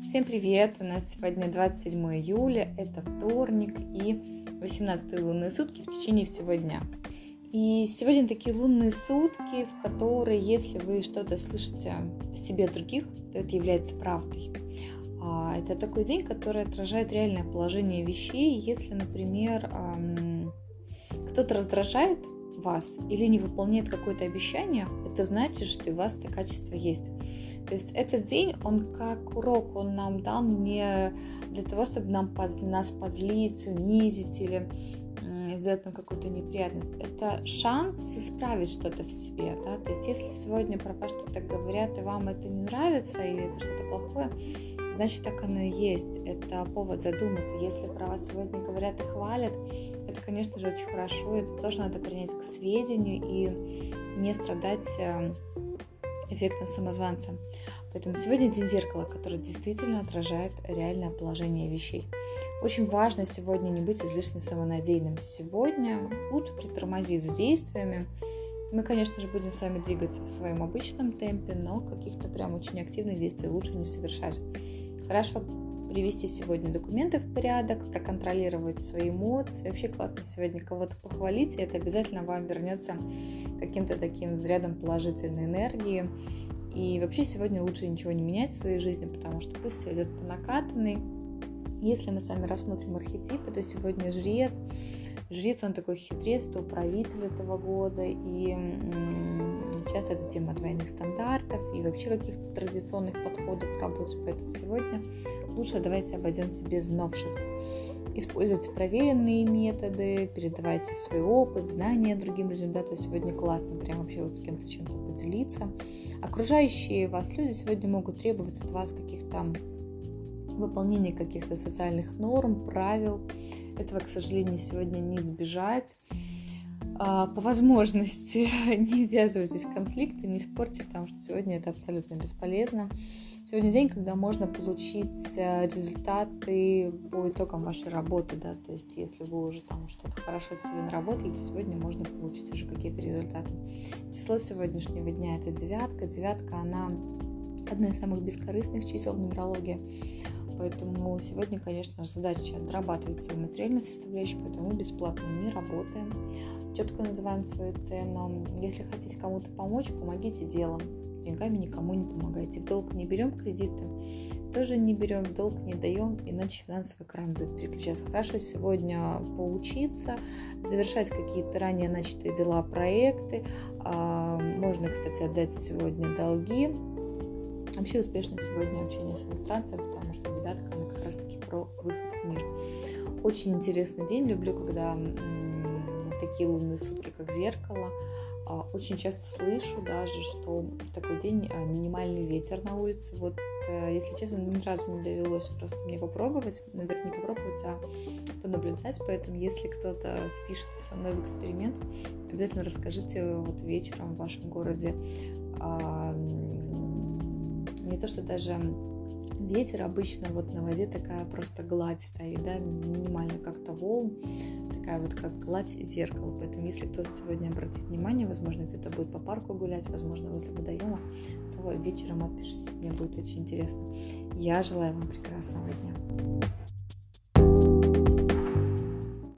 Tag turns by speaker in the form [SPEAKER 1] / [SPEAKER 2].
[SPEAKER 1] Всем привет! У нас сегодня 27 июля, это вторник и 18 лунные сутки в течение всего дня. И сегодня такие лунные сутки, в которые, если вы что-то слышите о себе от других, то это является правдой. Это такой день, который отражает реальное положение вещей. Если, например, кто-то раздражает вас или не выполняет какое-то обещание, это значит, что у вас это качество есть. То есть этот день, он как урок, он нам дан не для того, чтобы нас позлить, унизить или сделать нам какую-то неприятность. Это шанс исправить что-то в себе. Да? То есть если сегодня про вас что-то говорят, и вам это не нравится, или это что-то плохое, значит, так оно и есть. Это повод задуматься. Если про вас сегодня говорят и хвалят, это, конечно же, очень хорошо. Это тоже надо принять к сведению и не страдать эффектом самозванца. Поэтому сегодня день зеркала, который действительно отражает реальное положение вещей. Очень важно сегодня не быть излишне самонадеянным. Сегодня лучше притормозить с действиями. Мы, конечно же, будем с вами двигаться в своем обычном темпе, но каких-то прям очень активных действий лучше не совершать. Хорошо привести сегодня документы в порядок, проконтролировать свои эмоции. Вообще классно сегодня кого-то похвалить, и это обязательно вам вернется каким-то таким зарядом положительной энергии. И вообще сегодня лучше ничего не менять в своей жизни, потому что пусть все идет по накатанной. Если мы с вами рассмотрим архетип, это сегодня жрец. Жрец, он такой хитрец, то управитель этого года, и часто это тема двойных стандартов и вообще каких-то традиционных подходов в работе, поэтому сегодня лучше давайте обойдемся без новшеств. Используйте проверенные методы, передавайте свой опыт, знания другим людям, да, то есть сегодня классно прям вообще вот с кем-то чем-то поделиться. Окружающие вас люди сегодня могут требовать от вас каких-то выполнения каких-то социальных норм, правил. Этого, к сожалению, сегодня не избежать. По возможности не ввязывайтесь в конфликты, не спорьте, потому что сегодня это абсолютно бесполезно. Сегодня день, когда можно получить результаты по итогам вашей работы, да, то есть если вы уже там что-то хорошо себе наработали, то сегодня можно получить уже какие-то результаты. Число сегодняшнего дня это девятка. Девятка, она одна из самых бескорыстных чисел в нумерологии. Поэтому сегодня, конечно же, задача дорабатывать свою материальную составляющую, поэтому мы бесплатно не работаем, четко называем свою цену. Если хотите кому-то помочь, помогите делом, деньгами никому не помогайте. В долг не берем кредиты, тоже не берем, в долг не даем, иначе финансовый кран будет переключаться. Хорошо сегодня поучиться, завершать какие-то ранее начатые дела, проекты. Можно, кстати, отдать сегодня долги. Вообще успешно сегодня общение с иностранцами, потому что девятка, она как раз-таки про выход в мир. Очень интересный день. Люблю, когда такие лунные сутки, как зеркало. Очень часто слышу даже, что в такой день минимальный ветер на улице. Вот, если честно, ни разу не довелось просто мне попробовать. Наверное, не попробовать, а понаблюдать. Поэтому, если кто-то впишется со мной в эксперимент, обязательно расскажите вот вечером в вашем городе. Не то, что даже ветер, обычно вот на воде такая просто гладь стоит, да, минимально как-то волн, такая вот как гладь зеркала. Поэтому если кто-то сегодня обратит внимание, возможно, где-то будет по парку гулять, возможно, возле водоема, то вечером отпишитесь, мне будет очень интересно. Я желаю вам прекрасного дня.